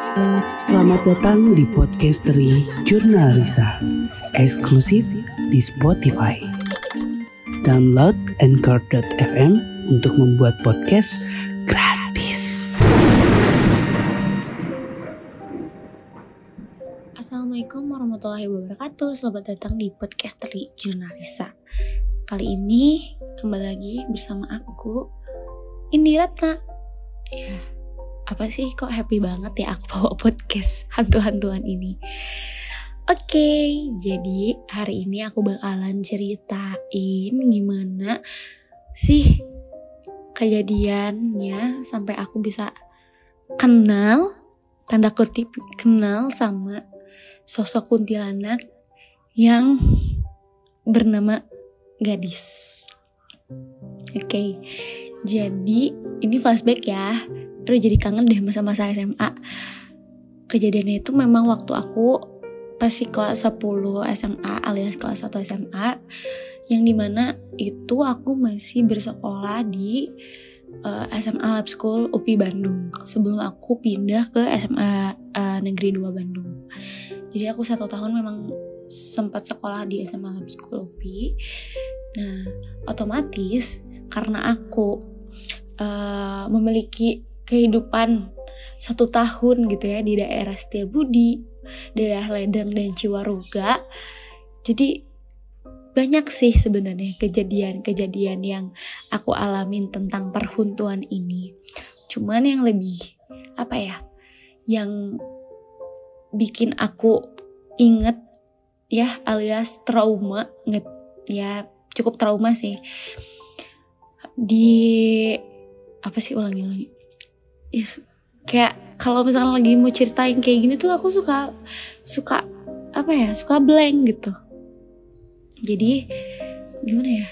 Selamat datang di Podcastery Jurnalisa, eksklusif di Spotify. Download Anchor.fm untuk membuat podcast gratis. Assalamualaikum warahmatullahi wabarakatuh. Selamat datang di Podcastery Jurnalisa. Kali ini kembali lagi bersama aku, Indi Ratna. Ya, apa sih kok happy banget ya aku bawa podcast hantu-hantuan ini. Oke, jadi hari ini aku bakalan ceritain gimana sih kejadiannya sampai aku bisa kenal, tanda kutip kenal sama sosok kuntilanak yang bernama Gadis. Oke, jadi ini flashback ya. Aduh, jadi kangen deh masa-masa SMA. Kejadiannya itu memang waktu aku masih kelas 10 SMA alias kelas 1 SMA, yang dimana itu aku masih bersekolah di SMA Lab School UPI Bandung sebelum aku pindah ke SMA Negeri 2 Bandung. Jadi aku 1 tahun memang sempat sekolah di SMA Lab School UPI. Nah, otomatis karena aku memiliki kehidupan 1 tahun gitu ya di daerah Setiabudi, daerah Ledeng dan Ciwaruga. Jadi banyak sih sebenarnya kejadian-kejadian yang aku alamin tentang perhuntuan ini. Cuman yang lebih yang bikin aku inget ya alias trauma, cukup trauma sih. Ulangi. Yes, kayak kalau misalnya lagi mau ceritain kayak gini tuh aku suka blank gitu. Jadi gimana ya?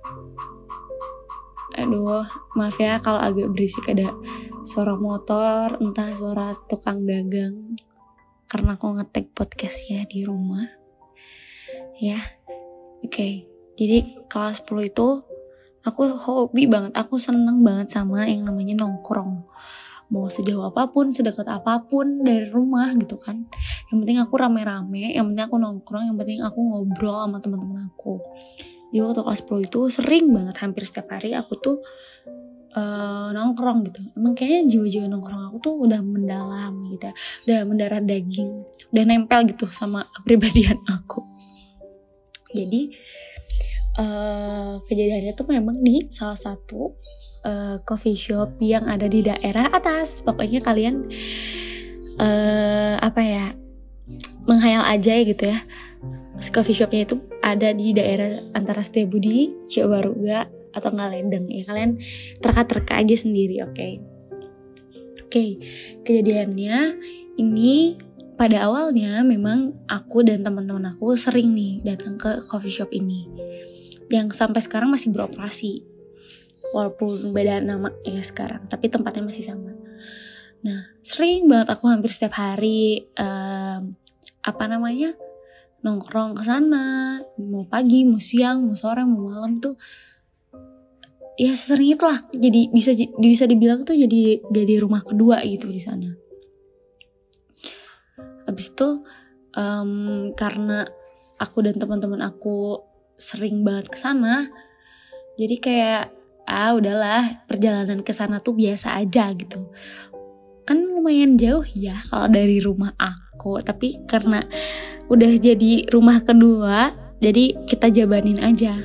Aduh, maaf ya kalau agak berisik, ada suara motor, entah suara tukang dagang, karena aku nge-tag podcastnya di rumah. Ya, oke. Jadi kelas 10 itu aku hobi banget, aku seneng banget sama yang namanya nongkrong. Mau sejauh apapun, sedekat apapun dari rumah gitu kan. Yang penting aku rame-rame, yang penting aku nongkrong, yang penting aku ngobrol sama teman-teman aku. Jadi waktu kelas 10 itu sering banget, hampir setiap hari aku tuh nongkrong gitu. Emang kayaknya jiwa-jiwa nongkrong aku tuh udah mendalam gitu ya. Udah mendarah daging, udah nempel gitu sama kepribadian aku. Jadi kejadiannya tuh memang di salah satu coffee shop yang ada di daerah atas. Pokoknya kalian menghayal aja gitu ya. Coffee shopnya itu ada di daerah antara Setiabudi, Ciwaruga atau nggak Ledeng ya. Kalian terka-terka aja sendiri, oke. Kejadiannya ini pada awalnya memang aku dan teman-teman aku sering nih datang ke coffee shop ini, yang sampai sekarang masih beroperasi. Walaupun beda nama ya sekarang, tapi tempatnya masih sama. Nah, sering banget aku hampir setiap hari nongkrong ke sana, mau pagi, mau siang, mau sore, mau malam tuh. Ya sering itulah. Jadi bisa dibilang tuh jadi rumah kedua gitu di sana. Habis itu karena aku dan teman-teman aku sering banget ke sana, jadi kayak udahlah, perjalanan ke sana tuh biasa aja gitu. Kan lumayan jauh ya kalau dari rumah aku, tapi karena udah jadi rumah kedua, jadi kita jabanin aja.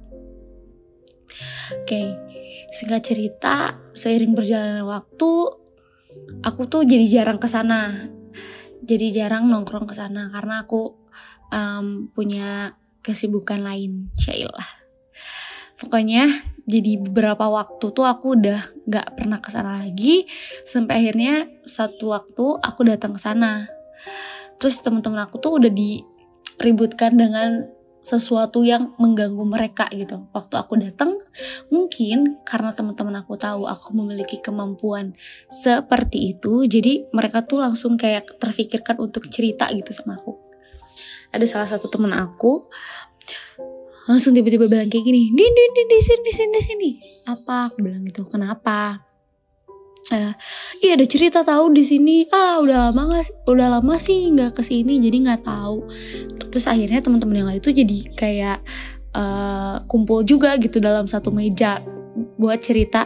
Oke, singkat cerita, seiring perjalanan waktu, aku tuh jadi jarang ke sana. Jadi jarang nongkrong ke sana karena aku punya kesibukan lain, syailah. Pokoknya jadi beberapa waktu tuh aku udah gak pernah kesana lagi, sampai akhirnya satu waktu aku datang ke sana. Terus teman-teman aku tuh udah diributkan dengan sesuatu yang mengganggu mereka gitu. Waktu aku datang, mungkin karena teman-teman aku tahu aku memiliki kemampuan seperti itu, jadi mereka tuh langsung kayak terfikirkan untuk cerita gitu sama aku. Ada salah satu teman aku langsung tiba-tiba bilang kayak gini, di sini. Apa? Aku bilang gitu, kenapa? Iya ada cerita tahu di sini. Udah lama sih nggak kesini, jadi nggak tahu. Terus akhirnya teman-teman yang lain itu jadi kayak kumpul juga gitu dalam satu meja buat cerita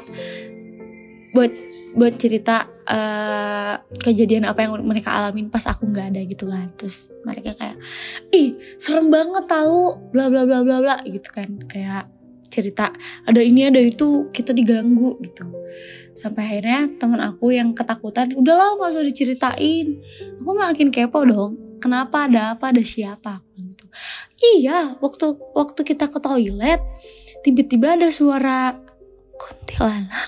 kejadian apa yang mereka alamin pas aku nggak ada gitu kan. Terus mereka kayak serem banget tahu bla bla bla bla bla gitu kan, kayak cerita ada ini ada itu, kita diganggu gitu. Sampai akhirnya teman aku yang ketakutan, udahlah nggak usah diceritain. Aku makin kepo dong, kenapa, ada apa, ada siapa gitu. Iya, waktu kita ke toilet tiba-tiba ada suara kuntilanak.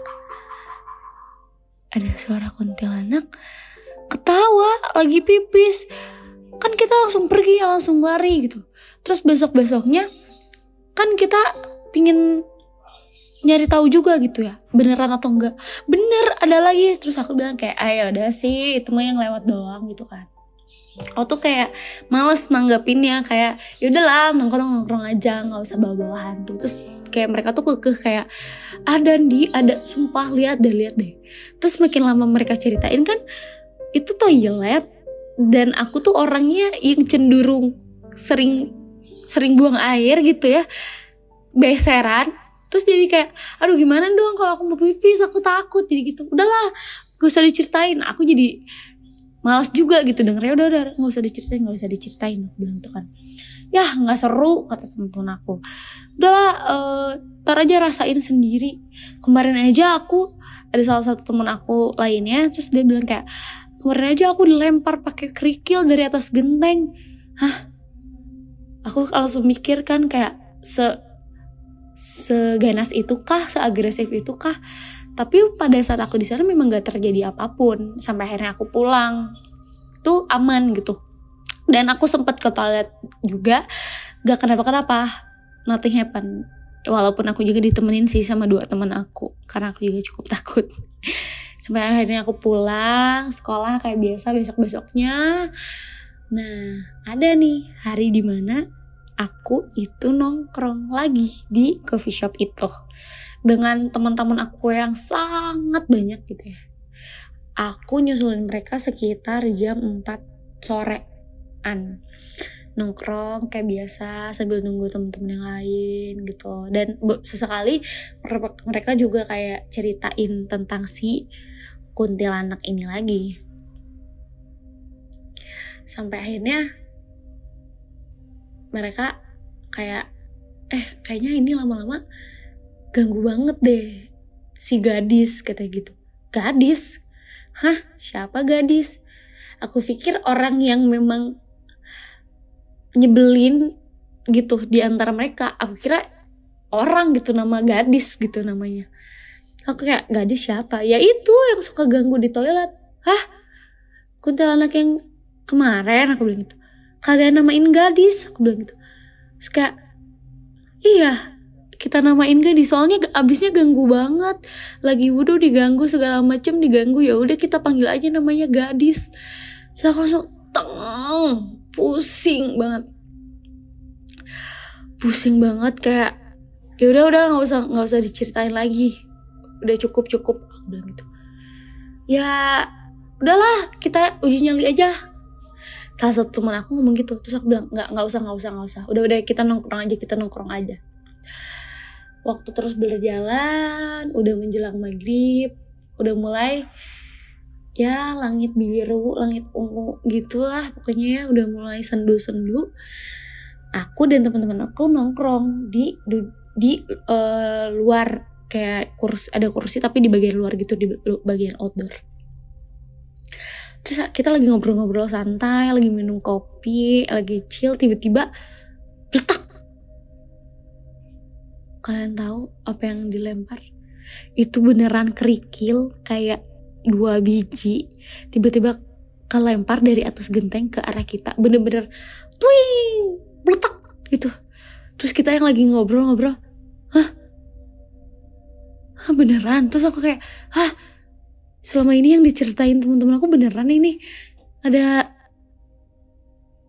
Ada suara kuntilanak ketawa lagi pipis. Kan kita langsung pergi, langsung lari gitu. Terus besok-besoknya kan kita pingin nyari tahu juga gitu ya, beneran atau enggak. Bener, ada lagi. Terus aku bilang kayak ayo udah sih, itu mah yang lewat doang gitu kan. Aku tuh kayak males nanggepinnya, kayak yaudahlah nongkrong aja, nggak usah bawa hantu. Terus kayak mereka tuh kekeh kayak ada sumpah lihat deh. Terus makin lama mereka ceritain kan itu toilet, dan aku tuh orangnya yang cenderung sering buang air gitu ya, beseran. Terus jadi kayak aduh gimana dong kalau aku mau pipis, aku takut. Jadi gitu udahlah gak usah diceritain. Aku jadi malas juga gitu dengernya. Udah gak usah diceritain aku bilang gitu kan. Ya gak seru kata teman-teman aku. Udahlah ntar aja rasain sendiri. Kemarin aja aku ada salah satu teman aku lainnya, terus dia bilang kayak kemarin aja aku dilempar pakai kerikil dari atas genteng. Aku langsung mikir kan kayak seganas itu kah, seagresif itu kah. Tapi pada saat aku di sana memang gak terjadi apapun. Sampai akhirnya aku pulang tuh aman gitu. Dan aku sempat ke toilet juga, gak kenapa-kenapa, nothing happen. Walaupun aku juga ditemenin sih sama 2 teman aku, karena aku juga cukup takut. Sampai akhirnya aku pulang sekolah kayak biasa besok-besoknya. Nah ada nih hari dimana aku itu nongkrong lagi di coffee shop itu dengan teman-teman aku yang sangat banyak gitu ya. Aku nyusulin mereka sekitar jam 4 sorean, nongkrong kayak biasa sambil nunggu teman-teman yang lain gitu. Dan sesekali mereka juga kayak ceritain tentang si kuntilanak ini lagi. Sampai akhirnya mereka kayak kayaknya ini lama-lama ganggu banget deh si gadis, katanya gitu. Gadis? Siapa gadis? Aku pikir orang yang memang nyebelin gitu di antara mereka. Aku kira orang gitu nama gadis gitu namanya. Aku kayak gadis siapa? Ya itu yang suka ganggu di toilet. Kuntilanak yang kemarin, aku bilang gitu. Kalian namain gadis, aku bilang gitu. Terus kayak iya kita namain gadis, soalnya abisnya ganggu banget, lagi wudhu diganggu segala macem diganggu, ya udah kita panggil aja namanya gadis. Saya langsung pusing banget kayak ya udah nggak usah diceritain lagi, udah cukup aku bilang gitu. Ya udahlah kita uji nyali aja. Salah satu teman aku ngomong gitu. Terus aku bilang nggak usah. Udah kita nongkrong aja. Waktu terus berjalan, udah menjelang maghrib, udah mulai ya langit biru, langit ungu gitulah pokoknya ya, udah mulai sendu-sendu. Aku dan teman-teman aku nongkrong di luar, kayak ada kursi tapi di bagian luar gitu, di bagian outdoor. Terus kita lagi ngobrol-ngobrol santai, lagi minum kopi, lagi chill, tiba-tiba letak. Kalian tahu apa yang dilempar? Itu beneran kerikil kayak 2 biji, tiba-tiba kelempar dari atas genteng ke arah kita. Bener-bener twing, letak gitu. Terus kita yang lagi ngobrol-ngobrol, beneran? Terus aku kayak, selama ini yang diceritain teman-teman aku beneran ini? Ada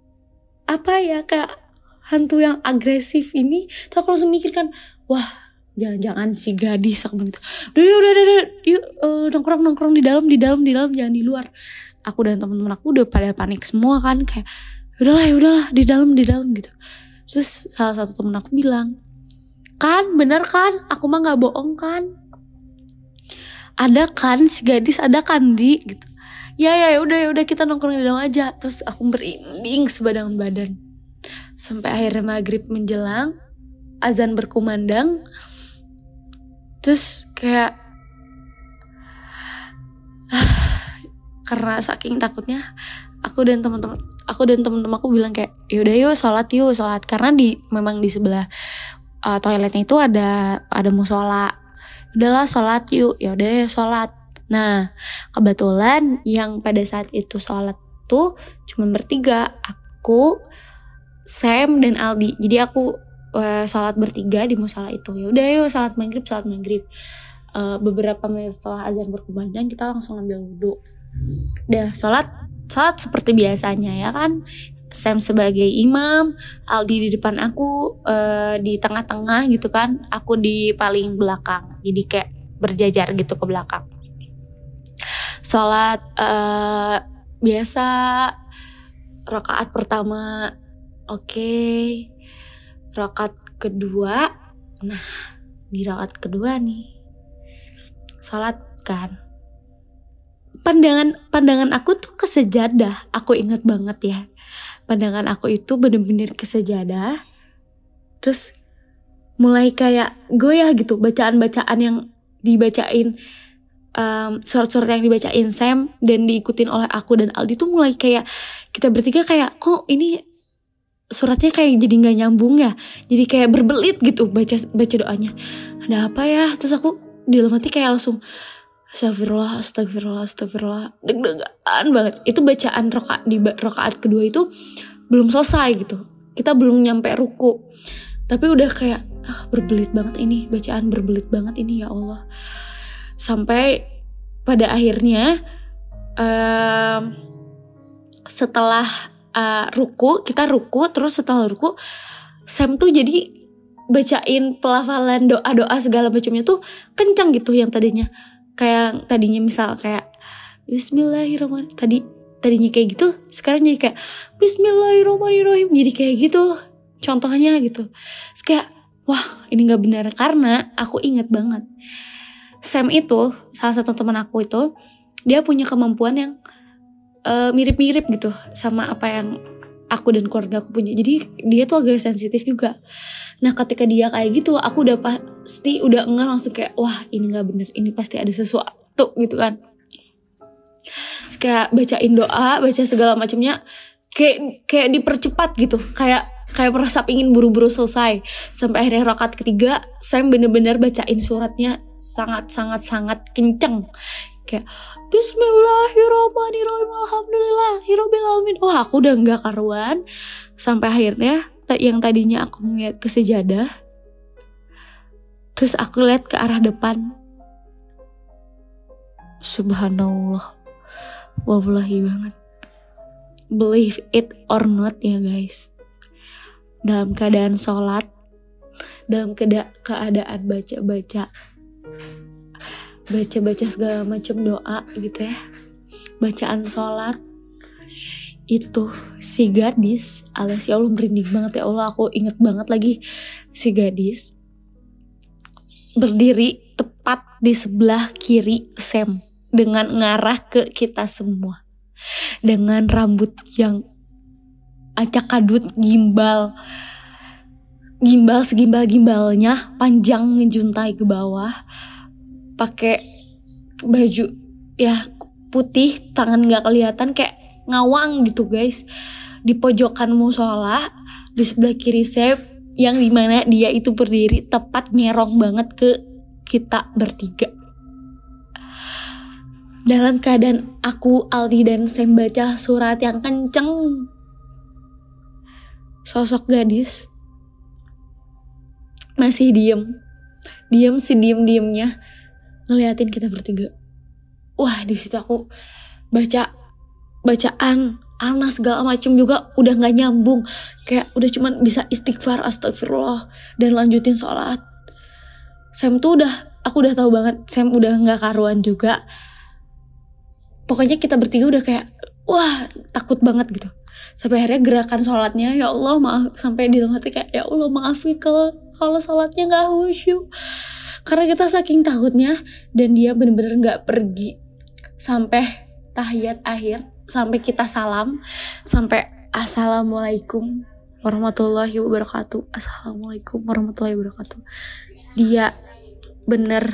apa ya, kayak hantu yang agresif ini? Terus aku langsung mikir kan, wah jangan-jangan si gadis, aku bilang gitu. Udah, yuk nongkrong di dalam jangan di luar. Aku dan teman-teman aku udah pada panik semua kan, kayak udahlah di dalam gitu. Terus salah satu temen aku bilang, kan bener kan, aku mah nggak bohong kan, ada kan si gadis, ada kan di gitu. Ya udah kita nongkrong di dalam aja. Terus aku merinding sebadangan badan sampai akhirnya maghrib menjelang, azan berkumandang. Terus kayak karena saking takutnya, aku dan teman-teman aku bilang kayak yaudah yuk sholat karena memang di sebelah toiletnya itu ada musola. Udahlah sholat yuk, yaudah sholat. Nah kebetulan yang pada saat itu sholat tuh cuma bertiga, aku, Sam dan Aldi. Jadi aku sholat bertiga di musola itu. Yaudah yuk sholat maghrib. Beberapa menit setelah azan berkumandang kita langsung ambil wudhu. Udah sholat seperti biasanya ya kan. Sam sebagai imam, Aldi di depan aku, di tengah-tengah gitu kan. Aku di paling belakang, jadi kayak berjajar gitu ke belakang. Sholat biasa, rakaat pertama oke. Rakaat kedua, nah di rakaat kedua nih sholat kan, pandangan aku tuh ke sejadah. Aku ingat banget ya, pandangan aku itu bener-bener ke sejadah. Terus mulai kayak goyah gitu, bacaan-bacaan yang dibacain, surat-surat yang dibacain Sam dan diikutin oleh aku dan Aldi tuh mulai kayak kita bertiga kayak kok ini suratnya kayak jadi nggak nyambung ya, jadi kayak berbelit gitu baca doanya. Ada apa ya? Terus aku di dalam hati kayak langsung astagfirullah, deg-degan banget. Itu bacaan di rakaat kedua itu belum selesai gitu, kita belum nyampe ruku, tapi udah kayak berbelit banget ini, bacaan berbelit banget ini, ya Allah. Sampai pada akhirnya setelah ruku, kita ruku, terus setelah ruku Sam tuh jadi bacain pelafalan doa segala macamnya tuh kencang gitu. Yang tadinya misal kayak Bismillahirrahmanirrahim, tadinya kayak gitu, sekarang jadi kayak Bismillahirrahmanirrahim, jadi kayak gitu contohnya gitu. Terus kayak wah ini gak benar, karena aku inget banget Sam itu, salah satu teman aku itu, dia punya kemampuan yang mirip-mirip gitu sama apa yang aku dan keluarga aku punya. Jadi dia tuh agak sensitif juga. Nah ketika dia kayak gitu, aku udah pasti udah langsung kayak wah ini gak bener, ini pasti ada sesuatu gitu kan. Terus kayak bacain doa, baca segala macamnya kayak dipercepat gitu, kayak merasa ingin buru-buru selesai. Sampai akhirnya rakaat ketiga Sam bener-bener bacain suratnya sangat kenceng, kayak Bismillahirrahmanirrahim, alhamdulillahirabbil alamin. Wah aku udah gak karuan. Sampai akhirnya yang tadinya aku ngeliat ke sejadah, terus aku lihat ke arah depan. Subhanallah, wallahi banget, believe it or not ya guys, dalam keadaan sholat, dalam keadaan baca segala macam doa gitu ya, bacaan sholat, itu si gadis alias, ya Allah merinding banget ya Allah, aku inget banget lagi, si gadis berdiri tepat di sebelah kiri Sam dengan ngarah ke kita semua, dengan rambut yang acak-adut, gimbal segimbal-gimbalnya, panjang ngejuntai ke bawah, pakai baju ya putih, tangan nggak kelihatan, kayak ngawang gitu guys, di pojokan musola di sebelah kiri Sam, yang dimana dia itu berdiri tepat nyerong banget ke kita bertiga. Dalam keadaan aku, Aldi dan Sam baca surat yang kenceng, sosok gadis masih diem sediem-diemnya ngeliatin kita bertiga. Wah di situ aku bacaan Anas segala macem juga udah nggak nyambung, kayak udah cuman bisa istighfar, astagfirullah, dan lanjutin sholat. Sam tuh aku udah tahu banget Sam udah nggak karuan juga. Pokoknya kita bertiga udah kayak wah takut banget gitu. Sampai akhirnya gerakan sholatnya ya Allah maaf, sampai di dalam hati kayak ya Allah maafin kalau sholatnya nggak khusyuk. Karena kita saking takutnya, dan dia bener-bener nggak pergi sampai tahiyat akhir, sampai kita salam, sampai assalamualaikum warahmatullahi wabarakatuh, assalamualaikum warahmatullahi wabarakatuh. Dia bener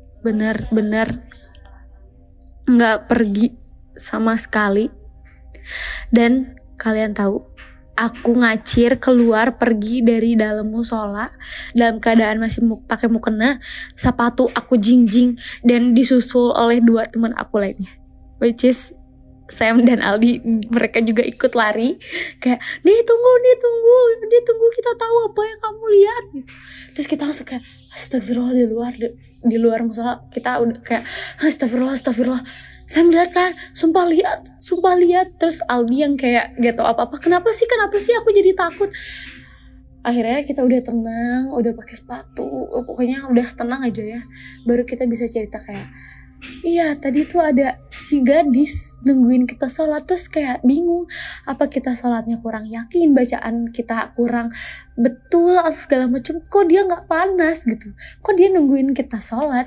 nggak pergi sama sekali. Dan kalian tahu, aku ngacir keluar pergi dari dalam musola dalam keadaan masih pakai mukena, sepatu aku jingjing, dan disusul oleh 2 teman aku lainnya, which is Sam dan Aldi. Mereka juga ikut lari kayak dia tunggu kita tahu apa yang kamu lihat. Terus kita langsung kayak astagfirullah, di luar musola kita udah kayak astagfirullah. Sam lihat kan, sumpah lihat. Terus Aldi yang kayak gak tau apa-apa, kenapa sih aku jadi takut. Akhirnya kita udah tenang, udah pakai sepatu, pokoknya udah tenang aja ya. Baru kita bisa cerita kayak, iya tadi tuh ada si gadis nungguin kita sholat. Terus kayak bingung, apa kita sholatnya kurang yakin, bacaan kita kurang betul atau segala macam. Kok dia gak panas gitu, kok dia nungguin kita sholat.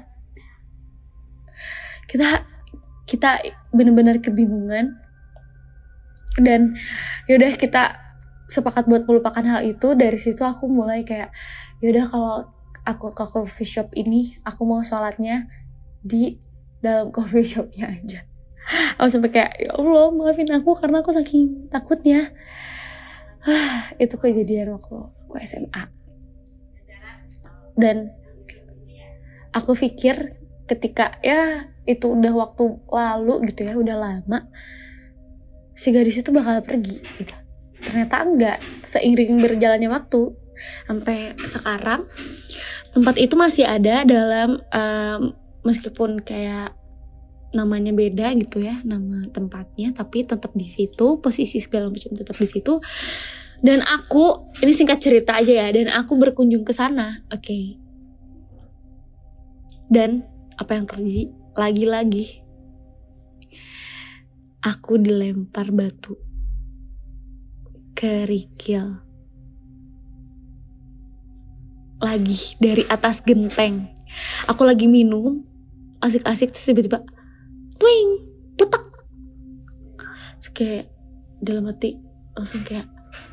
Kita benar-benar kebingungan. Dan yaudah kita sepakat buat melupakan hal itu. Dari situ aku mulai kayak yaudah kalau aku ke coffee shop ini, aku mau sholatnya di dalam coffee shopnya aja. Aku sampai kayak ya Allah maafin aku karena aku saking takutnya. Itu kejadian waktu aku SMA. Dan aku pikir ketika ya itu udah waktu lalu gitu ya, udah lama, si gadis itu bakal pergi gitu. Ternyata enggak. Seiring berjalannya waktu sampai sekarang, tempat itu masih ada dalam meskipun kayak namanya beda gitu ya, nama tempatnya, tapi tetap di situ, posisi segala macam tetap di situ. Dan aku, ini singkat cerita aja ya, dan aku berkunjung ke sana, oke. Dan apa yang terjadi? Lagi-lagi aku dilempar batu, kerikil, lagi dari atas genteng. Aku lagi minum, asik-asik, terus tiba-tiba twing, petek. Terus kayak dalam hati langsung kayak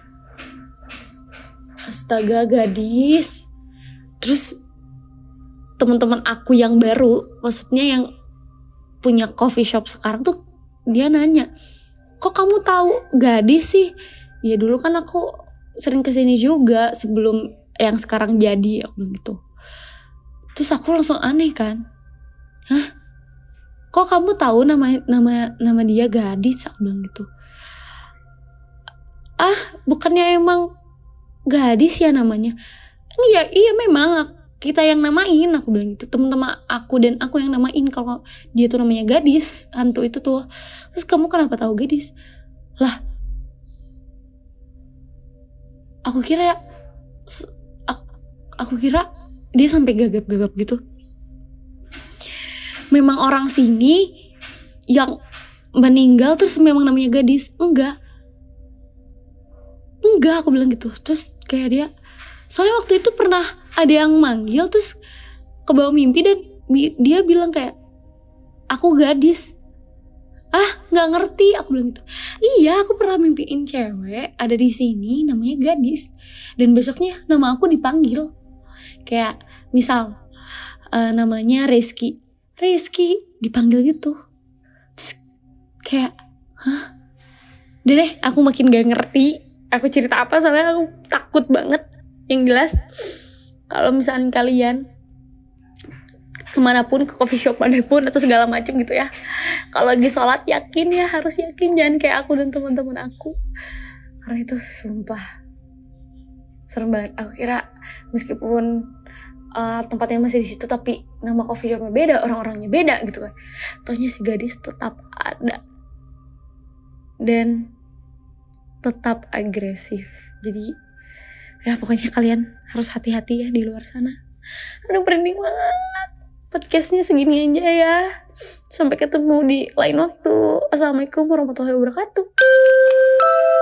astaga gadis. Terus teman-teman aku yang baru, maksudnya yang punya coffee shop sekarang tuh, dia nanya, kok kamu tahu gadis sih? Ya dulu kan aku sering kesini juga sebelum yang sekarang jadi, aku bilang gitu. Terus aku langsung aneh kan, hah? Kok kamu tahu nama dia gadis? Aku bilang gitu. Bukannya emang gadis ya namanya? Iya memang kita yang namain, aku bilang gitu. Teman-teman aku dan aku yang namain kalau dia tuh namanya gadis, hantu itu tuh. Terus kamu kenapa tahu gadis? Lah, aku kira dia sampai gagap-gagap gitu. Memang orang sini yang meninggal terus memang namanya gadis? Enggak, aku bilang gitu. Terus kayak dia, soalnya waktu itu pernah ada yang manggil terus ke bawah mimpi, dan dia bilang kayak aku gadis. Nggak ngerti, aku bilang gitu. Iya, aku pernah mimpiin cewek ada di sini namanya gadis, dan besoknya nama aku dipanggil. Kayak misal namanya Rizky dipanggil gitu. Terus kayak udah deh, aku makin gak ngerti aku cerita apa, soalnya aku takut banget. Yang jelas, kalau misalnya kalian kemanapun, ke coffee shop manapun atau segala macam gitu ya, kalau lagi sholat yakin ya, harus yakin, jangan kayak aku dan teman-teman aku. Karena itu sumpah serem banget. Aku kira meskipun tempatnya masih di situ, tapi nama coffee shopnya beda, orang-orangnya beda gitu kan. Taunya si gadis tetap ada dan tetap agresif. Jadi ya pokoknya kalian harus hati-hati ya di luar sana. Aduh merinding banget. Podcastnya segini aja ya. Sampai ketemu di lain waktu. Assalamualaikum warahmatullahi wabarakatuh.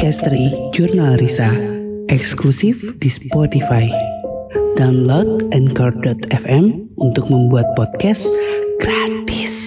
Podcasteri Jurnal Risa, eksklusif di Spotify. Download Anchor.fm untuk membuat podcast gratis.